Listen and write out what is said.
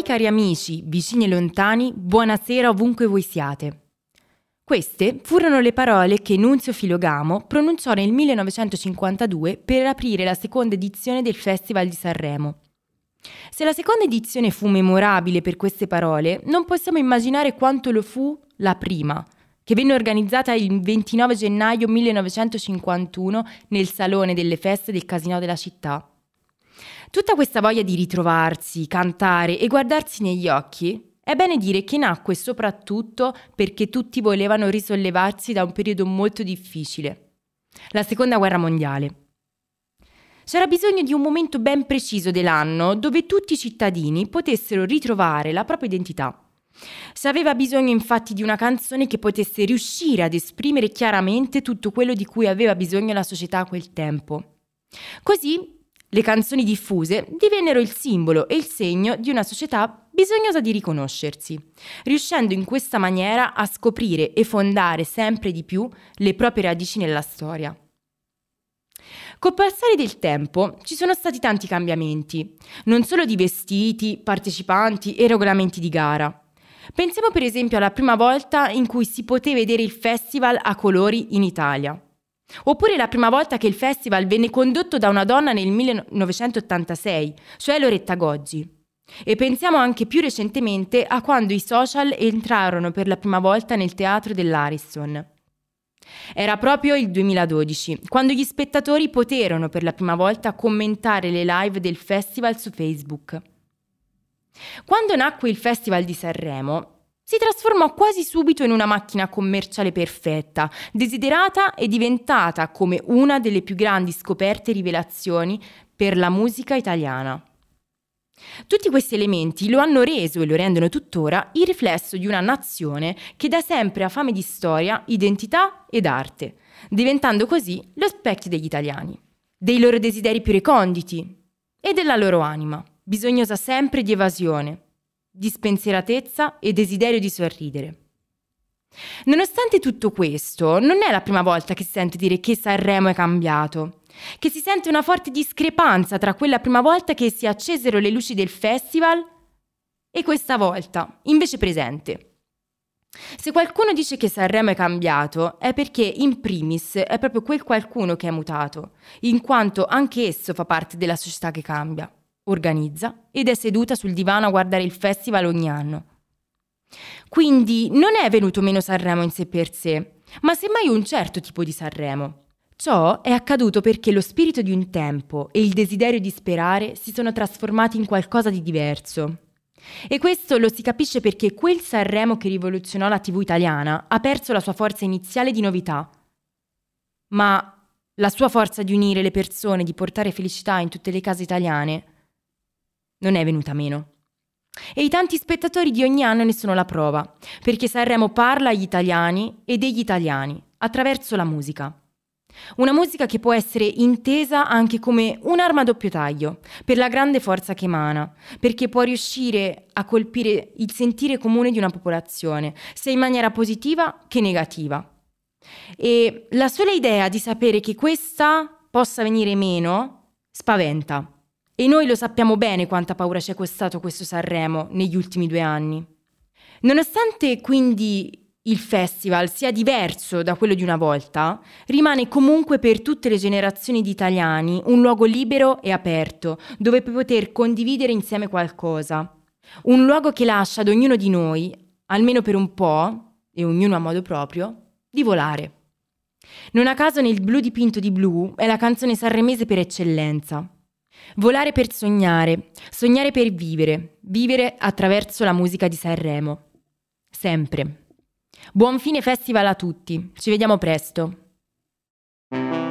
cari amici, vicini e lontani, buonasera ovunque voi siate. Queste furono le parole che Nunzio Filogamo pronunciò nel 1952 per aprire la seconda edizione del Festival di Sanremo. Se la seconda edizione fu memorabile per queste parole, non possiamo immaginare quanto lo fu la prima, che venne organizzata il 29 gennaio 1951 nel Salone delle Feste del Casinò della città. Tutta questa voglia di ritrovarsi, cantare e guardarsi negli occhi, è bene dire che nacque soprattutto perché tutti volevano risollevarsi da un periodo molto difficile, la Seconda Guerra Mondiale. C'era bisogno di un momento ben preciso dell'anno dove tutti i cittadini potessero ritrovare la propria identità. Si aveva bisogno infatti di una canzone che potesse riuscire ad esprimere chiaramente tutto quello di cui aveva bisogno la società a quel tempo. Così le canzoni diffuse divennero il simbolo e il segno di una società bisognosa di riconoscersi, riuscendo in questa maniera a scoprire e fondare sempre di più le proprie radici nella storia. Col passare del tempo ci sono stati tanti cambiamenti, non solo di vestiti, partecipanti e regolamenti di gara. Pensiamo per esempio alla prima volta in cui si poté vedere il festival a colori in Italia. Oppure la prima volta che il festival venne condotto da una donna nel 1986, cioè Loretta Goggi. E pensiamo anche più recentemente a quando i social entrarono per la prima volta nel teatro dell'Ariston. Era proprio il 2012, quando gli spettatori poterono per la prima volta commentare le live del festival su Facebook. Quando nacque il Festival di Sanremo, si trasformò quasi subito in una macchina commerciale perfetta, desiderata e diventata come una delle più grandi scoperte e rivelazioni per la musica italiana. Tutti questi elementi lo hanno reso e lo rendono tuttora il riflesso di una nazione che da sempre ha fame di storia, identità ed arte, diventando così lo specchio degli italiani, dei loro desideri più reconditi e della loro anima, bisognosa sempre di evasione, di spensieratezza e desiderio di sorridere. Nonostante tutto questo, non è la prima volta che si sente dire che Sanremo è cambiato, che si sente una forte discrepanza tra quella prima volta che si accesero le luci del festival e questa volta, invece presente. Se qualcuno dice che Sanremo è cambiato, è perché in primis è proprio quel qualcuno che è mutato, in quanto anche esso fa parte della società che cambia, organizza ed è seduta sul divano a guardare il festival ogni anno. Quindi non è venuto meno Sanremo in sé per sé, ma semmai un certo tipo di Sanremo. Ciò è accaduto perché lo spirito di un tempo e il desiderio di sperare si sono trasformati in qualcosa di diverso. E questo lo si capisce perché quel Sanremo che rivoluzionò la TV italiana ha perso la sua forza iniziale di novità. Ma la sua forza di unire le persone, di portare felicità in tutte le case italiane, non è venuta meno. E i tanti spettatori di ogni anno ne sono la prova, perché Sanremo parla agli italiani e degli italiani attraverso la musica. Una musica che può essere intesa anche come un'arma a doppio taglio, per la grande forza che emana, perché può riuscire a colpire il sentire comune di una popolazione, sia in maniera positiva che negativa. E la sola idea di sapere che questa possa venire meno spaventa. E noi lo sappiamo bene quanta paura ci è costato questo Sanremo negli ultimi 2 anni. Nonostante quindi il festival sia diverso da quello di una volta, rimane comunque per tutte le generazioni di italiani un luogo libero e aperto, dove poter condividere insieme qualcosa. Un luogo che lascia ad ognuno di noi, almeno per un po', e ognuno a modo proprio, di volare. Non a caso nel Blu dipinto di blu è la canzone sanremese per eccellenza. Volare per sognare, sognare per vivere, vivere attraverso la musica di Sanremo. Sempre. Buon fine festival a tutti, ci vediamo presto.